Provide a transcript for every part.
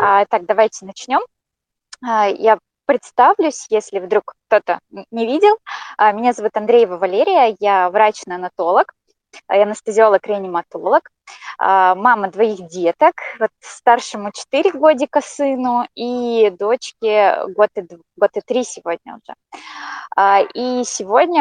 Так, давайте начнем. Я представлюсь, если вдруг кто-то не видел. Меня зовут Андреева Валерия, я врач-неонатолог, анестезиолог-реаниматолог, мама двоих деток, вот старшему 4 годика сыну и дочке год и 3 сегодня уже. И сегодня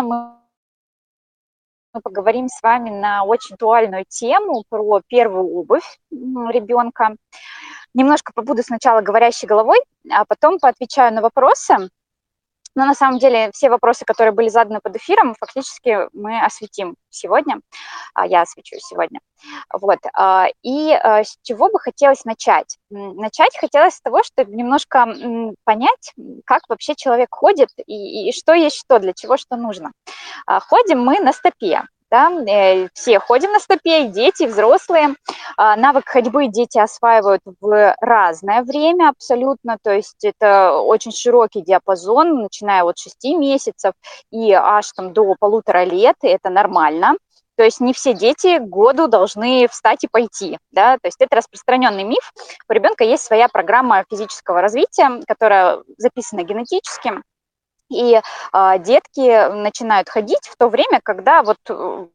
мы поговорим с вами на очень актуальную тему про первую обувь ребенка. Немножко побуду сначала говорящей головой, а потом поотвечаю на вопросы. Но на самом деле все вопросы, которые были заданы под эфиром, фактически мы осветим сегодня, я освечу сегодня. Вот. С чего бы хотелось начать? Начать хотелось с того, чтобы немножко понять, как вообще человек ходит и что есть что, для чего что нужно. Ходим мы на стопе. Да, все ходим на стопе, и дети, и взрослые. Навык ходьбы дети осваивают в разное время абсолютно, то есть это очень широкий диапазон, начиная от 6 месяцев и аж там до 1,5 лет, и это нормально. То есть не все дети к году должны встать и пойти, да, то есть это распространенный миф. У ребенка есть своя программа физического развития, которая записана генетически. И детки начинают ходить в то время, когда то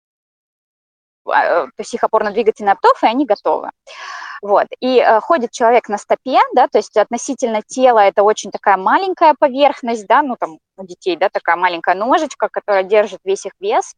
есть их опорно-двигательный обтов, и они готовы. Вот. И ходит человек на стопе, да, то есть относительно тела это очень такая маленькая поверхность, да, ну там у детей, да, такая маленькая ножечка, которая держит весь их вес.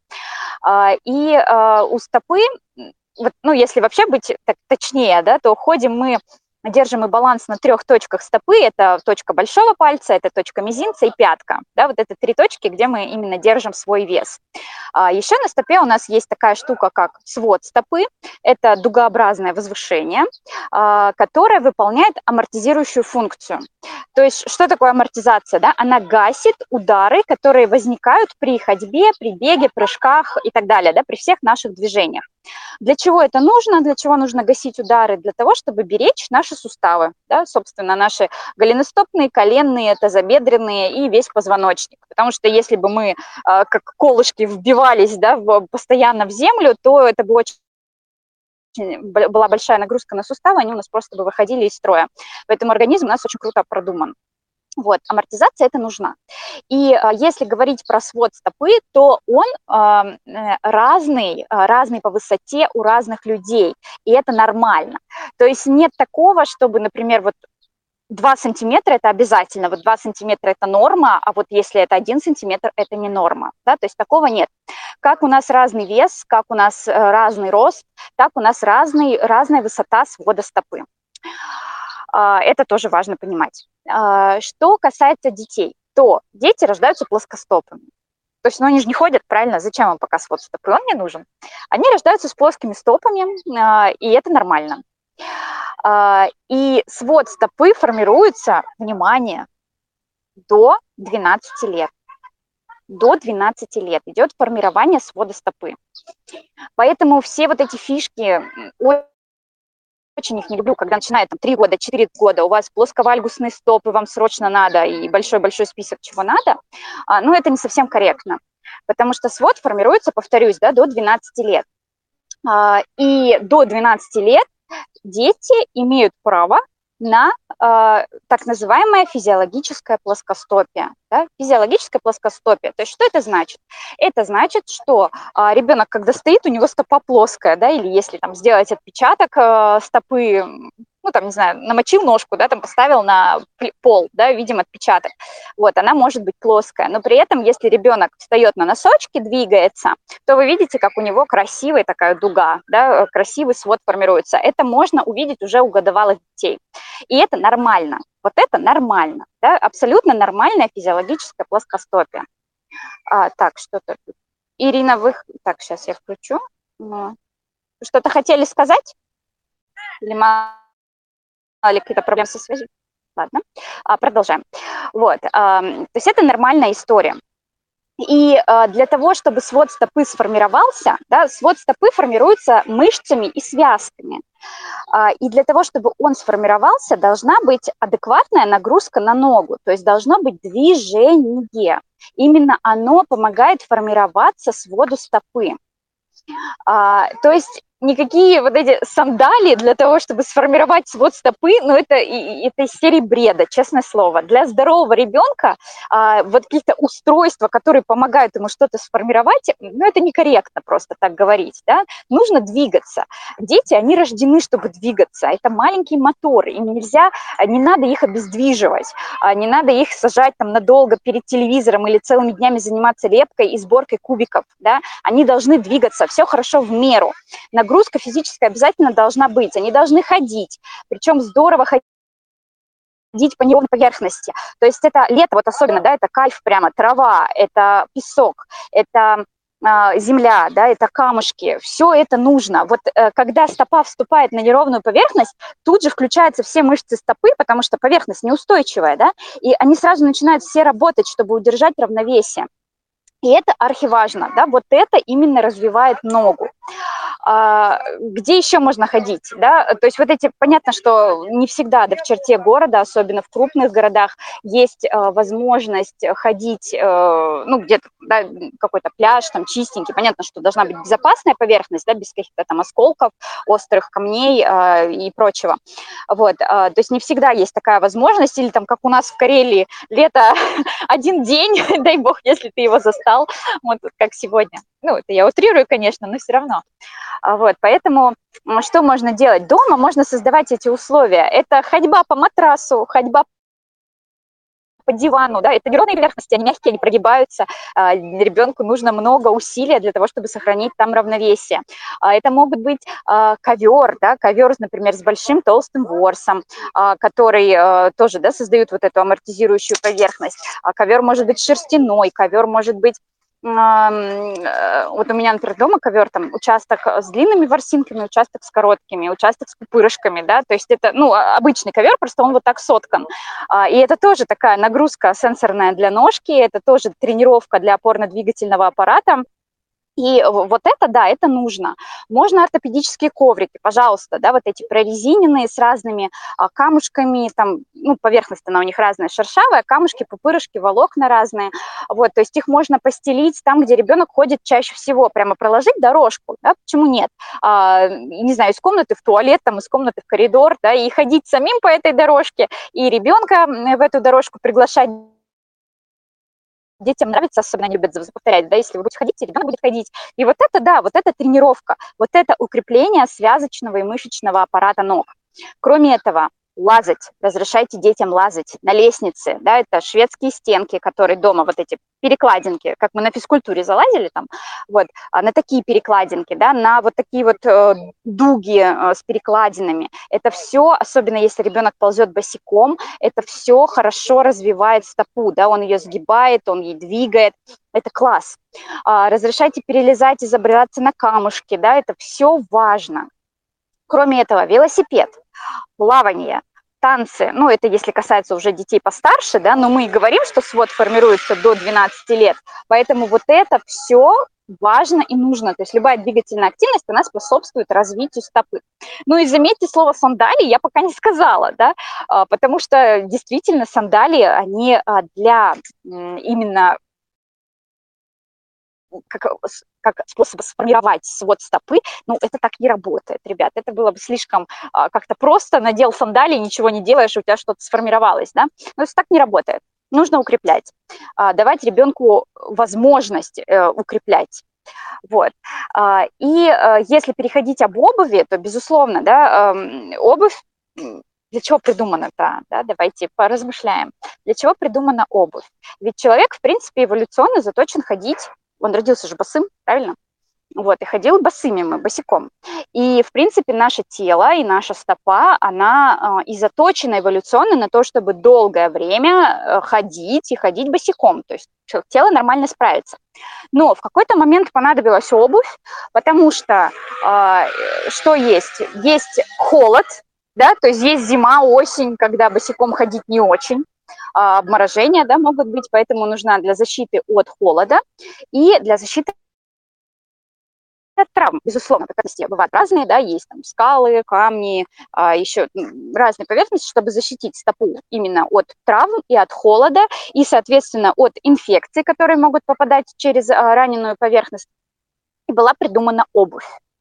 У стопы, вот, ну если вообще быть точнее, да, то ходим мы, держим мы баланс на 3 точках стопы, это точка большого пальца, это точка мизинца и пятка, да, вот это 3 точки, где мы именно держим свой вес. Еще на стопе у нас есть такая штука, как свод стопы, это дугообразное возвышение, которое выполняет амортизирующую функцию. То есть что такое амортизация? Да? Она гасит удары, которые возникают при ходьбе, при беге, прыжках и так далее, да, при всех наших движениях. Для чего это нужно? Для чего нужно гасить удары? Для того, чтобы беречь наши суставы, да, собственно, наши голеностопные, коленные, тазобедренные и весь позвоночник. Потому что если бы мы как колышки вбивались, да, постоянно в землю, то это бы очень была большая нагрузка на суставы, они у нас просто бы выходили из строя. Поэтому организм у нас очень круто продуман. Вот, амортизация это нужна. И если говорить про свод стопы, то он разный по высоте у разных людей, и это нормально. То есть нет такого, чтобы, например, вот 2 сантиметра это обязательно, вот 2 сантиметра это норма, а вот если это 1 сантиметр, это не норма, да, то есть такого нет. Как у нас разный вес, как у нас разный рост, так у нас разная высота свода стопы. Это тоже важно понимать. Что касается детей, то дети рождаются плоскостопыми. То есть, ну, они же не ходят, правильно? Зачем им пока свод стопы? Он не нужен. Они рождаются с плоскими стопами, и это нормально. И свод стопы формируется, внимание, до 12 лет. До 12 лет идет формирование свода стопы. Поэтому все вот эти фишки, очень их не люблю, когда начинает 3 года, 4 года, у вас плосковальгусные стопы, вам срочно надо, и большой-большой список чего надо, но это не совсем корректно, потому что свод формируется, повторюсь, да, до 12 лет. И до 12 лет дети имеют право на так называемое физиологическое плоскостопие. Да? Физиологическое плоскостопие. То есть что это значит? Это значит, что ребенок, когда стоит, у него стопа плоская, да, или если там сделать отпечаток стопы, ну там, не знаю, намочил ножку, да, там поставил на пол, да, видим отпечаток. Вот, она может быть плоская, но при этом, если ребенок встает на носочки, двигается, то вы видите, как у него красивая такая дуга, да, красивый свод формируется. Это можно увидеть уже у годовалых детей. И это нормально. Вот это нормально, да, абсолютно нормальное физиологическое плоскостопие. Так, что-то тут. Ирина, Так, сейчас я включу. Что-то хотели сказать? Или мало ли какие-то проблемы со связью? Ладно, продолжаем. Вот, то есть это нормальная история. И для того, чтобы свод стопы сформировался, да, свод стопы формируется мышцами и связками. И для того, чтобы он сформировался, должна быть адекватная нагрузка на ногу, то есть должно быть движение. Именно оно помогает формироваться своду стопы. То есть никакие вот эти сандали для того, чтобы сформировать свод стопы, ну, это из серии бреда, честное слово. Для здорового ребенка вот каких-то устройства, которые помогают ему что-то сформировать, ну, это некорректно просто так говорить, да. Нужно двигаться. Дети, они рождены, чтобы двигаться. Это маленькие моторы, им нельзя, не надо их обездвиживать, не надо их сажать там надолго перед телевизором или целыми днями заниматься лепкой и сборкой кубиков, да. Они должны двигаться, все хорошо в меру. Нагрузка физическая обязательно должна быть. Они должны ходить, причем здорово ходить по неровной поверхности. То есть это лето, вот особенно, да, это кайф прямо, трава, это песок, это земля, да, это камушки, все это нужно. Вот когда стопа вступает на неровную поверхность, тут же включаются все мышцы стопы, потому что поверхность неустойчивая, да, и они сразу начинают все работать, чтобы удержать равновесие. И это архиважно, да, вот это именно развивает ногу. Где еще можно ходить, да, то есть вот эти, понятно, что не всегда, да, в черте города, особенно в крупных городах, есть возможность ходить, ну, где-то, да, какой-то пляж, там, чистенький, понятно, что должна быть безопасная поверхность, да, без каких-то там осколков, острых камней и прочего, вот, то есть не всегда есть такая возможность, или там, как у нас в Карелии, лето один день, дай бог, если ты его застал, вот как сегодня, ну, это я утрирую, конечно, но все равно. Вот, поэтому что можно делать? Дома можно создавать эти условия. Это ходьба по матрасу, ходьба по дивану, да, это неровные поверхности, они мягкие, они прогибаются, ребенку нужно много усилий для того, чтобы сохранить там равновесие. Это могут быть ковер, да, ковер, например, с большим толстым ворсом, который тоже, да, создают вот эту амортизирующую поверхность. Ковер может быть шерстяной, ковер может быть вот у меня, например, дома ковер, там участок с длинными ворсинками, участок с короткими, участок с пупырышками, да, то есть это, ну, обычный ковер, просто он вот так соткан. И это тоже такая нагрузка сенсорная для ножки, это тоже тренировка для опорно-двигательного аппарата. И вот это, да, это нужно. Можно ортопедические коврики, пожалуйста, да, вот эти прорезиненные с разными камушками, там, ну, поверхность она у них разная, шершавая, камушки, пупырышки, волокна разные, вот, то есть их можно постелить там, где ребенок ходит чаще всего, прямо проложить дорожку, да, почему нет? Не знаю, из комнаты в туалет, там, из комнаты в коридор, да, и ходить самим по этой дорожке, и ребенка в эту дорожку приглашать. Детям нравится, особенно они любят повторять, да, если вы будете ходить, ребенок будет ходить. И вот это, да, вот это тренировка, вот это укрепление связочного и мышечного аппарата ног. Кроме этого, лазать, разрешайте детям лазать на лестнице, да, это шведские стенки, которые дома, вот эти перекладинки, как мы на физкультуре залазили там, вот, на такие перекладинки, да, на вот такие вот дуги с перекладинами. Это все, особенно если ребенок ползет босиком, это все хорошо развивает стопу, да, он ее сгибает, он ей двигает, это класс. Разрешайте перелезать и забираться на камушки, да, это все важно. Кроме этого, велосипед, плавание, танцы, ну, это если касается уже детей постарше, да, но мы и говорим, что свод формируется до 12 лет, поэтому вот это все важно и нужно, то есть любая двигательная активность, она способствует развитию стопы. Ну и заметьте, слово сандали я пока не сказала, да, потому что действительно сандали, они для именно как способ сформировать свод стопы, ну, это так не работает, ребят. Это было бы слишком как-то просто, надел сандалии, ничего не делаешь, у тебя что-то сформировалось, да? Но это так не работает. Нужно укреплять, давать ребенку возможность укреплять. Вот. И если переходить об обуви, то, безусловно, да, обувь, для чего придумана-то, да, давайте поразмышляем. Для чего придумана обувь? Ведь человек, в принципе, эволюционно заточен ходить. Он родился же босым, правильно? Вот, и ходил босыми мы, босиком. И, в принципе, наше тело и наша стопа, она и заточена эволюционно на то, чтобы долгое время ходить и ходить босиком. То есть тело нормально справится. Но в какой-то момент понадобилась обувь, потому что что есть? Есть холод, да, то есть есть зима, осень, когда босиком ходить не очень. Обморожения, да, могут быть, поэтому нужна для защиты от холода и для защиты от травм, безусловно, поверхности бывают разные, да, есть там скалы, камни, еще разные поверхности, чтобы защитить стопу именно от травм и от холода, и, соответственно, от инфекций, которые могут попадать через раненую поверхность. И была придумана обувь.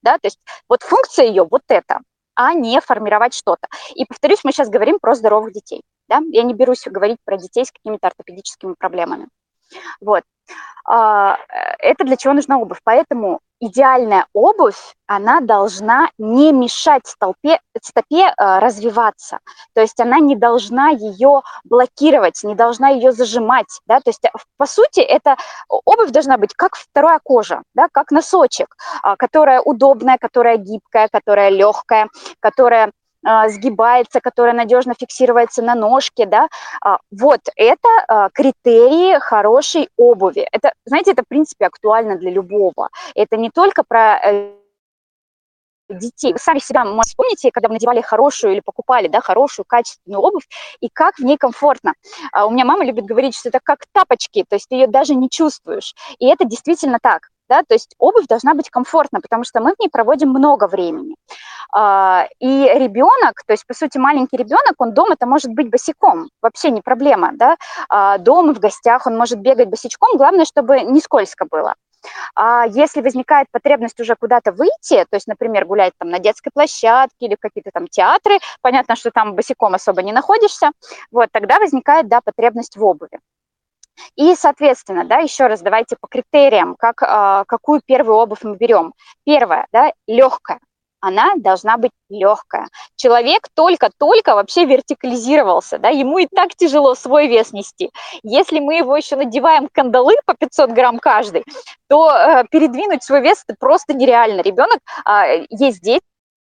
да, то есть вот функция ее вот это, а не формировать что-то. И повторюсь, мы сейчас говорим про здоровых детей, да, я не берусь говорить про детей с какими-то ортопедическими проблемами. Вот. Это для чего нужна обувь. Поэтому идеальная обувь, она должна не мешать стопе развиваться. То есть она не должна ее блокировать, не должна ее зажимать. Да? То есть, по сути, эта обувь должна быть как вторая кожа, да? Как носочек, которая удобная, которая гибкая, которая легкая, которая сгибается, которая надежно фиксируется на ножке, да, вот это критерии хорошей обуви. Это, знаете, это, в принципе, актуально для любого. Это не только про детей. Вы сами себя, может, вспомните, когда вы надевали хорошую или покупали, да, хорошую, качественную обувь, и как в ней комфортно. У меня мама любит говорить, что это как тапочки, то есть ты ее даже не чувствуешь. И это действительно так. Да, то есть обувь должна быть комфортна, потому что мы в ней проводим много времени. И ребенок, то есть, по сути, маленький ребенок, он дома-то может быть босиком, вообще не проблема, да, дома, в гостях он может бегать босичком, главное, чтобы не скользко было. А если возникает потребность уже куда-то выйти, то есть, например, гулять там на детской площадке или какие-то там театры, понятно, что там босиком особо не находишься, вот, тогда возникает, да, потребность в обуви. И, соответственно, да, еще раз давайте по критериям, какую первую обувь мы берем. Первая, да, легкая. Она должна быть легкая. Человек только-только вообще вертикализировался, да, ему и так тяжело свой вес нести. Если мы его еще надеваем кандалы по 500 грамм каждый, то передвинуть свой вес это просто нереально. Ребенок, есть дети,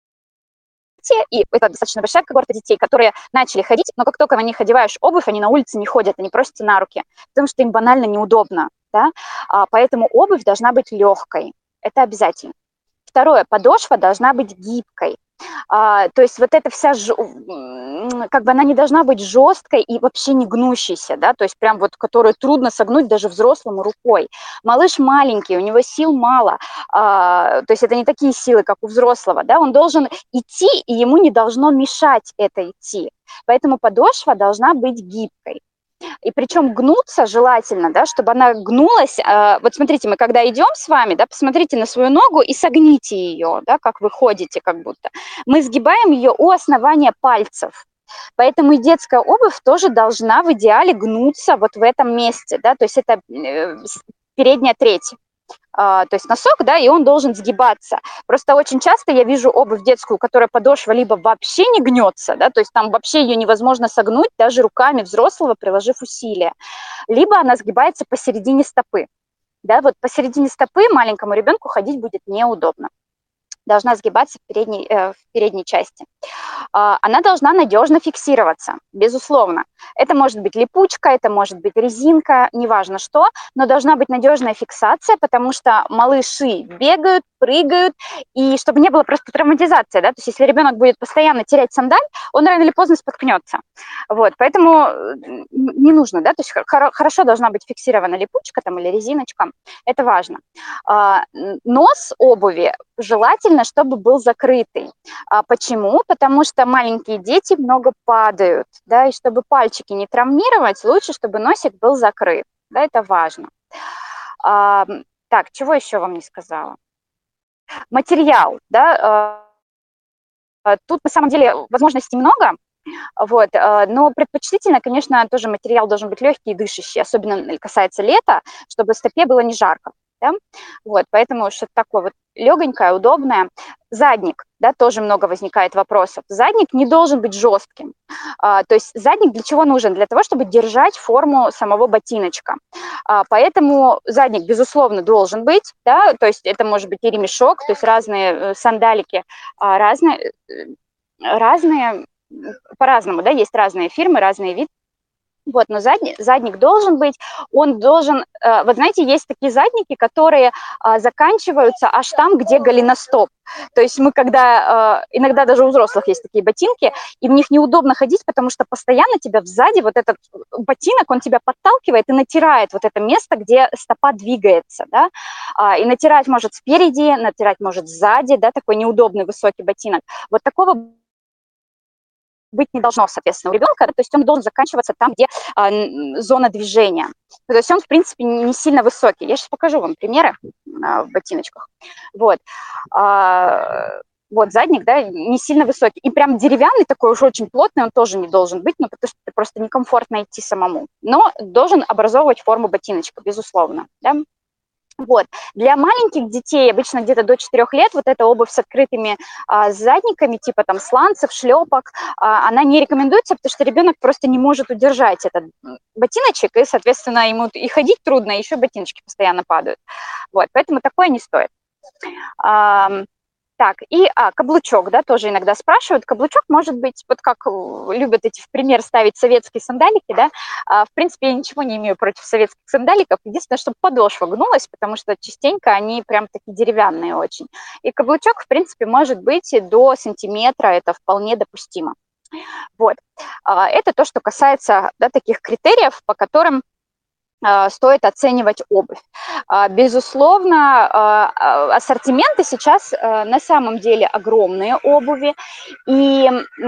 и это достаточно большая когорта детей, которые начали ходить, но как только на них одеваешь обувь, они на улице не ходят, они просятся на руки, потому что им банально неудобно, да? Поэтому обувь должна быть легкой, это обязательно. Второе, подошва должна быть гибкой. То есть вот эта вся, как бы она не должна быть жесткой и вообще не гнущейся, да, то есть прям вот, которую трудно согнуть даже взрослому рукой. Малыш маленький, у него сил мало, то есть это не такие силы, как у взрослого, да, он должен идти, и ему не должно мешать это идти. Поэтому подошва должна быть гибкой. И причем гнуться желательно, да, чтобы она гнулась. Вот смотрите, мы когда идем с вами, да, посмотрите на свою ногу и согните ее, да, как вы ходите как будто. Мы сгибаем ее у основания пальцев. Поэтому и детская обувь тоже должна в идеале гнуться вот в этом месте, да, то есть это передняя треть. То есть носок, да, и он должен сгибаться. Просто очень часто я вижу обувь детскую, которая подошва либо вообще не гнется, да, то есть там вообще ее невозможно согнуть даже руками взрослого, приложив усилия, либо она сгибается посередине стопы. Да, вот посередине стопы маленькому ребенку ходить будет неудобно. Должна сгибаться в передней части. Она должна надежно фиксироваться, безусловно. Это может быть липучка, это может быть резинка, неважно что, но должна быть надежная фиксация, потому что малыши бегают, прыгают, и чтобы не было просто травматизации, да, то есть если ребенок будет постоянно терять сандаль, он рано или поздно споткнется. Вот, поэтому не нужно, да, то есть хорошо должна быть фиксирована липучка там или резиночка, это важно. Нос обуви желательно, чтобы был закрытый. Почему? Потому что маленькие дети много падают, да, и чтобы пальчики не травмировать, лучше, чтобы носик был закрыт, да, это важно. Так, чего еще вам не сказала? Материал, да, тут на самом деле возможностей много, вот, но предпочтительно, конечно, тоже материал должен быть легкий и дышащий, особенно касается лета, чтобы стопе было не жарко. Да? Вот, поэтому что-то такое вот легонькое, удобное. Задник, да, тоже много возникает вопросов. Задник не должен быть жестким. То есть задник для чего нужен? Для того, чтобы держать форму самого ботиночка. Поэтому задник, безусловно, должен быть, да, то есть это может быть и ремешок, то есть разные сандалики, разные по-разному, да, есть разные фирмы, разные виды. Вот, но задник должен быть, он должен, вот знаете, есть такие задники, которые заканчиваются аж там, где голеностоп. То есть мы когда, иногда даже у взрослых есть такие ботинки, и в них неудобно ходить, потому что постоянно тебя сзади, вот этот ботинок, он тебя подталкивает и натирает вот это место, где стопа двигается, да, и натирать может спереди, натирать может сзади, да, такой неудобный высокий ботинок. Вот такого быть не должно, соответственно, у ребенка, то есть он должен заканчиваться там, где зона движения. То есть он, в принципе, не сильно высокий. Я сейчас покажу вам примеры в ботиночках. Вот. Вот задник, да, не сильно высокий. И прям деревянный такой уж очень плотный он тоже не должен быть, ну, потому что это просто некомфортно идти самому. Но должен образовывать форму ботиночка, безусловно, да. Вот. Для маленьких детей, обычно где-то до 4 лет, вот эта обувь с открытыми задниками, типа там сланцев, шлепок, она не рекомендуется, потому что ребенок просто не может удержать этот ботиночек, и, соответственно, ему и ходить трудно, и еще ботиночки постоянно падают. Вот. Поэтому такое не стоит. Так, и каблучок, да, тоже иногда спрашивают. Каблучок может быть, вот как любят эти в пример ставить советские сандалики, да, в принципе, я ничего не имею против советских сандаликов, единственное, чтобы подошва гнулась, потому что частенько они прям такие деревянные очень. И каблучок, в принципе, может быть и до сантиметра, это вполне допустимо. Вот, это то, что касается, да, таких критериев, по которым стоит оценивать обувь. Безусловно, ассортименты сейчас на самом деле огромные обуви, и,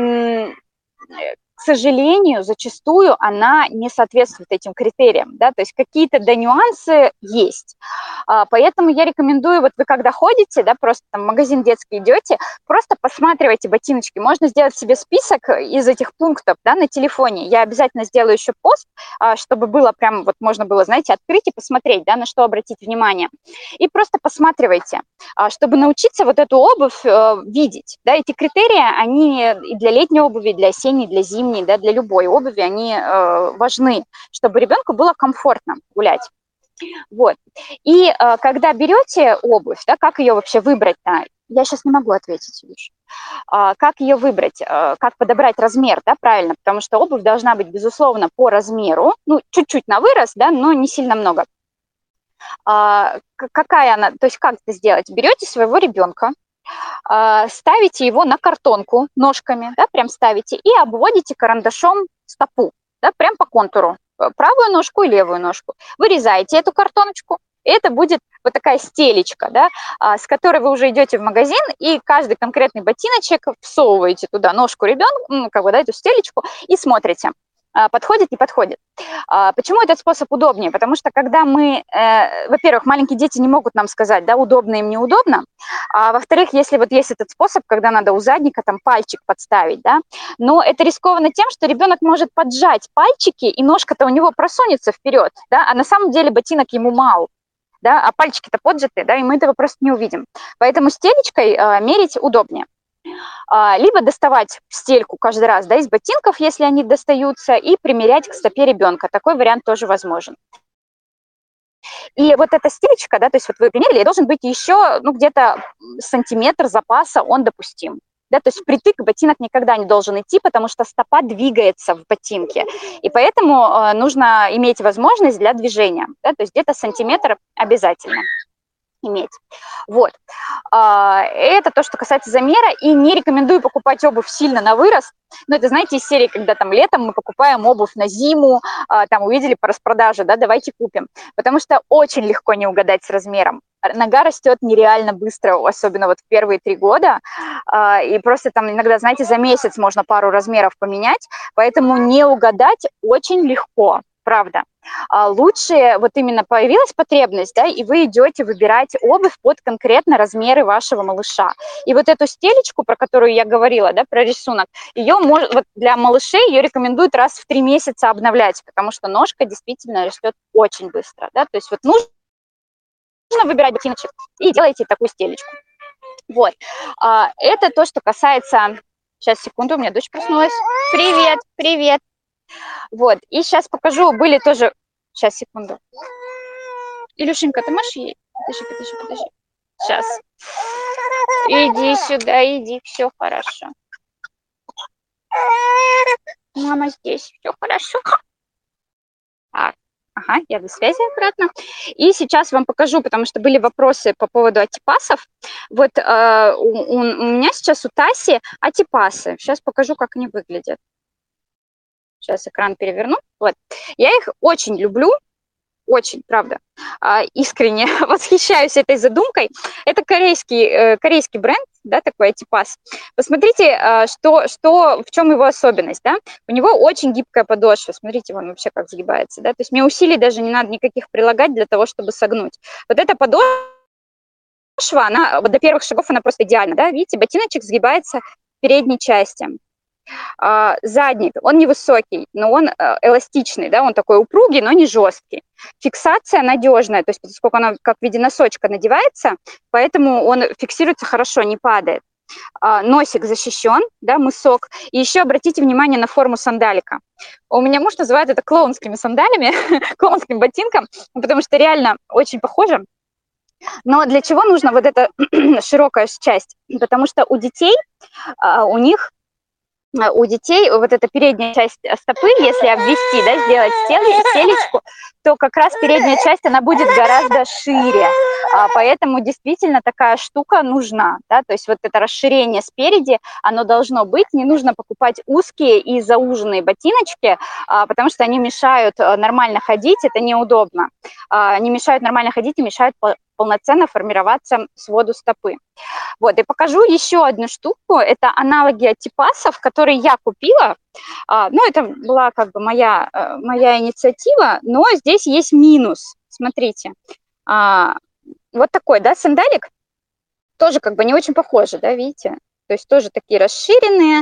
к сожалению, зачастую она не соответствует этим критериям, да, то есть какие-то нюансы есть. Поэтому я рекомендую, вот вы когда ходите, да, просто там в магазин детский идете, просто посматривайте ботиночки. Можно сделать себе список из этих пунктов, да, на телефоне. Я обязательно сделаю еще пост, чтобы было прям, вот можно было, знаете, открыть и посмотреть, да, на что обратить внимание. И просто посматривайте, чтобы научиться вот эту обувь видеть, да, эти критерии, они и для летней обуви, и для осенней, для зимней, да, для любой обуви, они важны, чтобы ребенку было комфортно гулять. Вот. И когда берете обувь, да, как ее вообще выбрать-то? Я сейчас не могу ответить, Илюш. Как ее выбрать, как подобрать размер, да, правильно, потому что обувь должна быть, безусловно, по размеру, ну, чуть-чуть на вырос, да, но не сильно много. Какая она, то есть как это сделать? Берете своего ребенка, ставите его на картонку ножками, да, прям ставите, и обводите карандашом стопу, да, прям по контуру, правую ножку и левую ножку. Вырезаете эту картоночку, и это будет вот такая стелечка, да, с которой вы уже идете в магазин, и каждый конкретный ботиночек всовываете туда ножку ребенка, ну, как бы, да, эту стелечку, и смотрите, подходит, не подходит. Почему этот способ удобнее? Потому что когда мы, во-первых, маленькие дети не могут нам сказать, да, удобно им, неудобно, а во-вторых, если вот есть этот способ, когда надо у задника там пальчик подставить, да, но это рискованно тем, что ребенок может поджать пальчики, и ножка-то у него просунется вперед, да, а на самом деле ботинок ему мал, да, а пальчики-то поджаты, да, и мы этого просто не увидим. Поэтому стелечкой мерить удобнее. Либо доставать стельку каждый раз, да, из ботинков, если они достаются, и примерять к стопе ребенка. Такой вариант тоже возможен. И вот эта стелечка, да, то есть вот вы примерили, должен быть еще, ну, где-то сантиметр запаса, он допустим. Да, то есть впритык ботинок никогда не должен идти, потому что стопа двигается в ботинке. И поэтому нужно иметь возможность для движения. Да, то есть где-то сантиметр обязательно иметь. Вот. Это то, что касается замера. И не рекомендую покупать обувь сильно на вырост. Но это, знаете, из серии, когда там летом мы покупаем обувь на зиму, там увидели по распродаже, да, давайте купим. Потому что очень легко не угадать с размером. Нога растет нереально быстро, особенно вот в первые 3 года. И просто там иногда, знаете, за месяц можно пару размеров поменять. Поэтому не угадать очень легко. Правда. Лучше вот именно появилась потребность, да, и вы идете выбирать обувь под конкретно размеры вашего малыша. И вот эту стелечку, про которую я говорила, да, про рисунок, ее вот для малышей ее рекомендуют раз в 3 месяца обновлять, потому что ножка действительно растет очень быстро, да, то есть вот нужно выбирать ботиночек и делаете такую стелечку. Вот. Это то, что касается... Сейчас, секунду, у меня дочь проснулась. Привет, привет. Вот, и сейчас покажу, были тоже... Сейчас, секунду. Илюшенька, ты можешь ей? Подожди. Сейчас. Иди сюда, иди, все хорошо. Мама здесь, все хорошо. Так, ага, я до связи обратно. И сейчас вам покажу, потому что были вопросы по поводу атипасов. Вот у меня сейчас у Таси атипасы. Сейчас покажу, как они выглядят. Сейчас экран переверну. Вот. Я их очень люблю. очень, правда. Искренне восхищаюсь этой задумкой. Это корейский бренд, да, такой Антипас. Посмотрите, в чем его особенность, да? У него очень гибкая подошва. Смотрите, он вообще как сгибается, да? То есть мне усилий даже не надо никаких прилагать для того, чтобы согнуть. Вот эта подошва, она вот до первых шагов она просто идеальна, да? Видите, ботиночек сгибается в передней части. Задник, он невысокий, но он эластичный, да, он такой упругий, но не жесткий. Фиксация надежная, то есть поскольку она как в виде носочка надевается, поэтому он фиксируется хорошо, не падает. Носик защищен, да, мысок. И еще обратите внимание на форму сандалика. У меня муж называет это клоунскими сандалями, клоунским ботинком, потому что реально очень похоже. Но для чего нужна вот эта широкая часть? Потому что у детей, у детей вот эта передняя часть стопы, если обвести, да, сделать стелечку, то как раз передняя часть, она будет гораздо шире. Поэтому действительно такая штука нужна, да, то есть вот это расширение спереди, оно должно быть, не нужно покупать узкие и зауженные ботиночки, потому что они мешают нормально ходить, это неудобно. Они мешают нормально ходить и мешают полноценно формироваться своду стопы. Вот, и покажу еще одну штуку. Это аналоги Антипасов, которые я купила. Ну, это была как бы моя инициатива, но здесь есть минус. Смотрите. Вот такой, да, сандалик. Тоже как бы не очень похоже, да, видите? То есть тоже такие расширенные,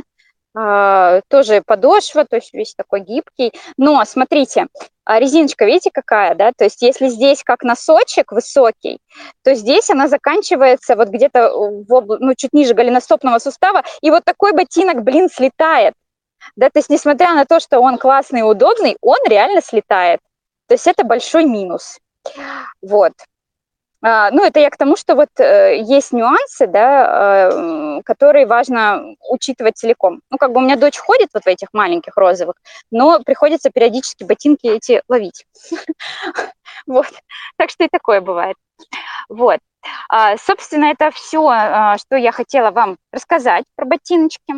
тоже подошва, то есть весь такой гибкий. Но смотрите, резиночка, видите, какая, да? То есть если здесь как носочек высокий, то здесь она заканчивается вот где-то чуть ниже голеностопного сустава, и вот такой ботинок, блин, слетает. Да, то есть несмотря на то, что он классный и удобный, он реально слетает. То есть это большой минус. Вот. Ну, это я к тому, что вот есть нюансы, да, которые важно учитывать целиком. Ну, как бы у меня дочь ходит вот в этих маленьких розовых, но приходится периодически ботинки эти ловить. Вот. Так что и такое бывает. Вот. Собственно, это все, что я хотела вам рассказать про ботиночки.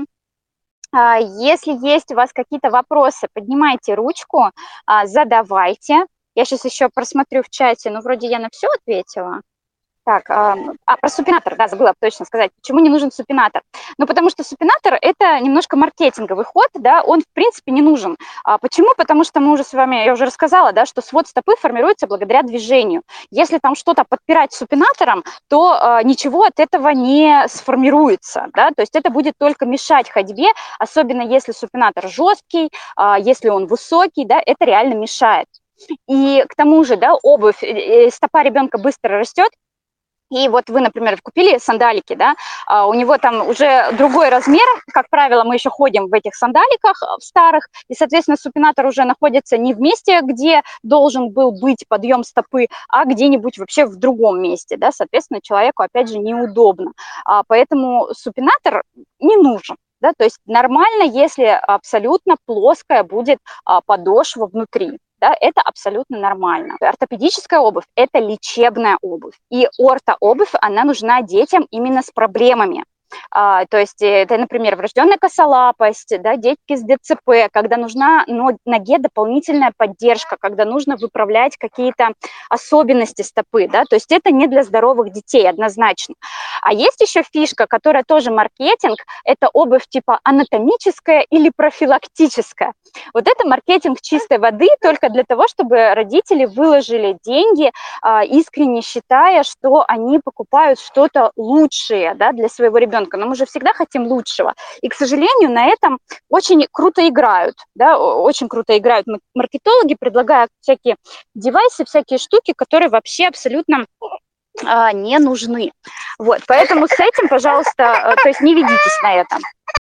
Если есть у вас какие-то вопросы, поднимайте ручку, задавайте. Я сейчас еще просмотрю в чате, но вроде я на все ответила. Так, про супинатор, да, забыла точно сказать. Почему не нужен супинатор? Ну, потому что супинатор – это немножко маркетинговый ход, да, он, в принципе, не нужен. Почему? Потому что мы уже с вами, я уже рассказала, да, что свод стопы формируется благодаря движению. Если там что-то подпирать супинатором, то ничего от этого не сформируется, да, то есть это будет только мешать ходьбе, особенно если супинатор жесткий, если он высокий, да, это реально мешает. И к тому же, да, обувь, стопа ребенка быстро растет. И вот вы, например, купили сандалики, да, у него там уже другой размер, как правило, мы еще ходим в этих сандаликах, в старых, и, соответственно, супинатор уже находится не в месте, где должен был быть подъем стопы, а где-нибудь вообще в другом месте, да, соответственно, человеку, опять же, неудобно. Поэтому супинатор не нужен. Да, то есть нормально, если абсолютно плоская будет подошва внутри. Да, это абсолютно нормально. Ортопедическая обувь – это лечебная обувь. И ортообувь, она нужна детям именно с проблемами. То есть это, например, врожденная косолапость, да, детки с ДЦП, когда нужна ноге дополнительная поддержка, когда нужно выправлять какие-то особенности стопы, да, то есть это не для здоровых детей однозначно. А есть еще фишка, которая тоже маркетинг, это обувь типа анатомическая или профилактическая. Вот это маркетинг чистой воды только для того, чтобы родители выложили деньги, искренне считая, что они покупают что-то лучшее, да, для своего ребенка. Но мы же всегда хотим лучшего. И, к сожалению, на этом очень круто играют, да, очень круто играют маркетологи, предлагая всякие девайсы, всякие штуки, которые вообще абсолютно не нужны. Вот, поэтому с этим, пожалуйста, то есть не ведитесь на это.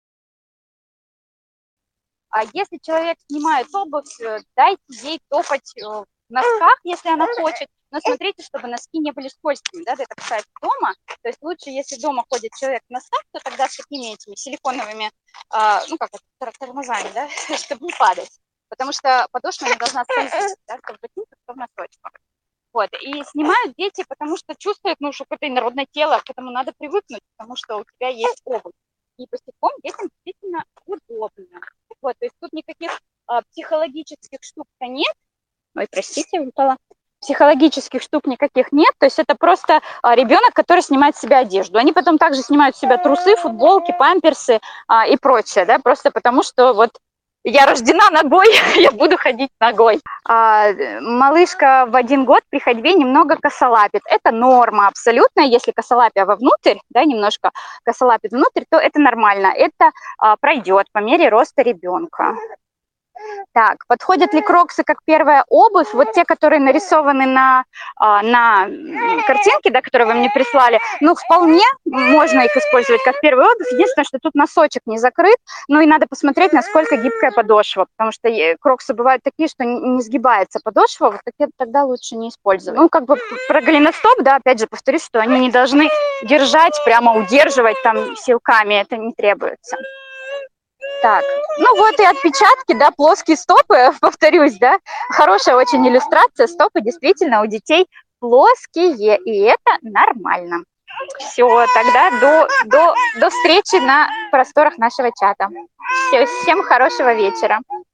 А если человек снимает обувь, дайте ей топать в носках, если она хочет, но смотрите, чтобы носки не были скользкими, да, это касается дома, то есть лучше, если дома ходит человек в носках, то тогда с такими этими силиконовыми, ну, как это, тормозами, да, чтобы не падать, потому что подошва не должна скользить, да, что в ботинках, что в носочках. Вот, и снимают дети, потому что чувствуют, ну, что какое-то инородное тело, к этому надо привыкнуть, потому что у тебя есть обувь. И босиком детям действительно удобно. Вот, то есть тут никаких психологических штук-то нет. Ой, простите, выпала. психологических штук никаких нет, то есть это просто ребенок, который снимает с себя одежду. Они потом также снимают с себя трусы, футболки, памперсы и прочее, да, просто потому что вот я рождена ногой, я буду ходить ногой. Малышка в 1 год при ходьбе немного косолапит. Это норма абсолютно. Если косолапие вовнутрь, да, немножко косолапит внутрь, то это нормально. Это пройдет по мере роста ребенка. Так, подходят ли кроксы как первая обувь? Вот те, которые нарисованы на картинке, да, которые вы мне прислали, ну, вполне можно их использовать как первую обувь. Единственное, что тут носочек не закрыт, ну, и надо посмотреть, насколько гибкая подошва, потому что кроксы бывают такие, что не сгибается подошва, вот такие тогда лучше не использовать. Ну, как бы про голеностоп, да, опять же повторюсь, что они не должны держать, прямо удерживать там силками, это не требуется. Так, ну вот и отпечатки, да, плоские стопы, повторюсь, да, хорошая очень иллюстрация, стопы действительно у детей плоские, и это нормально. Все, тогда до встречи на просторах нашего чата. Все, всем хорошего вечера.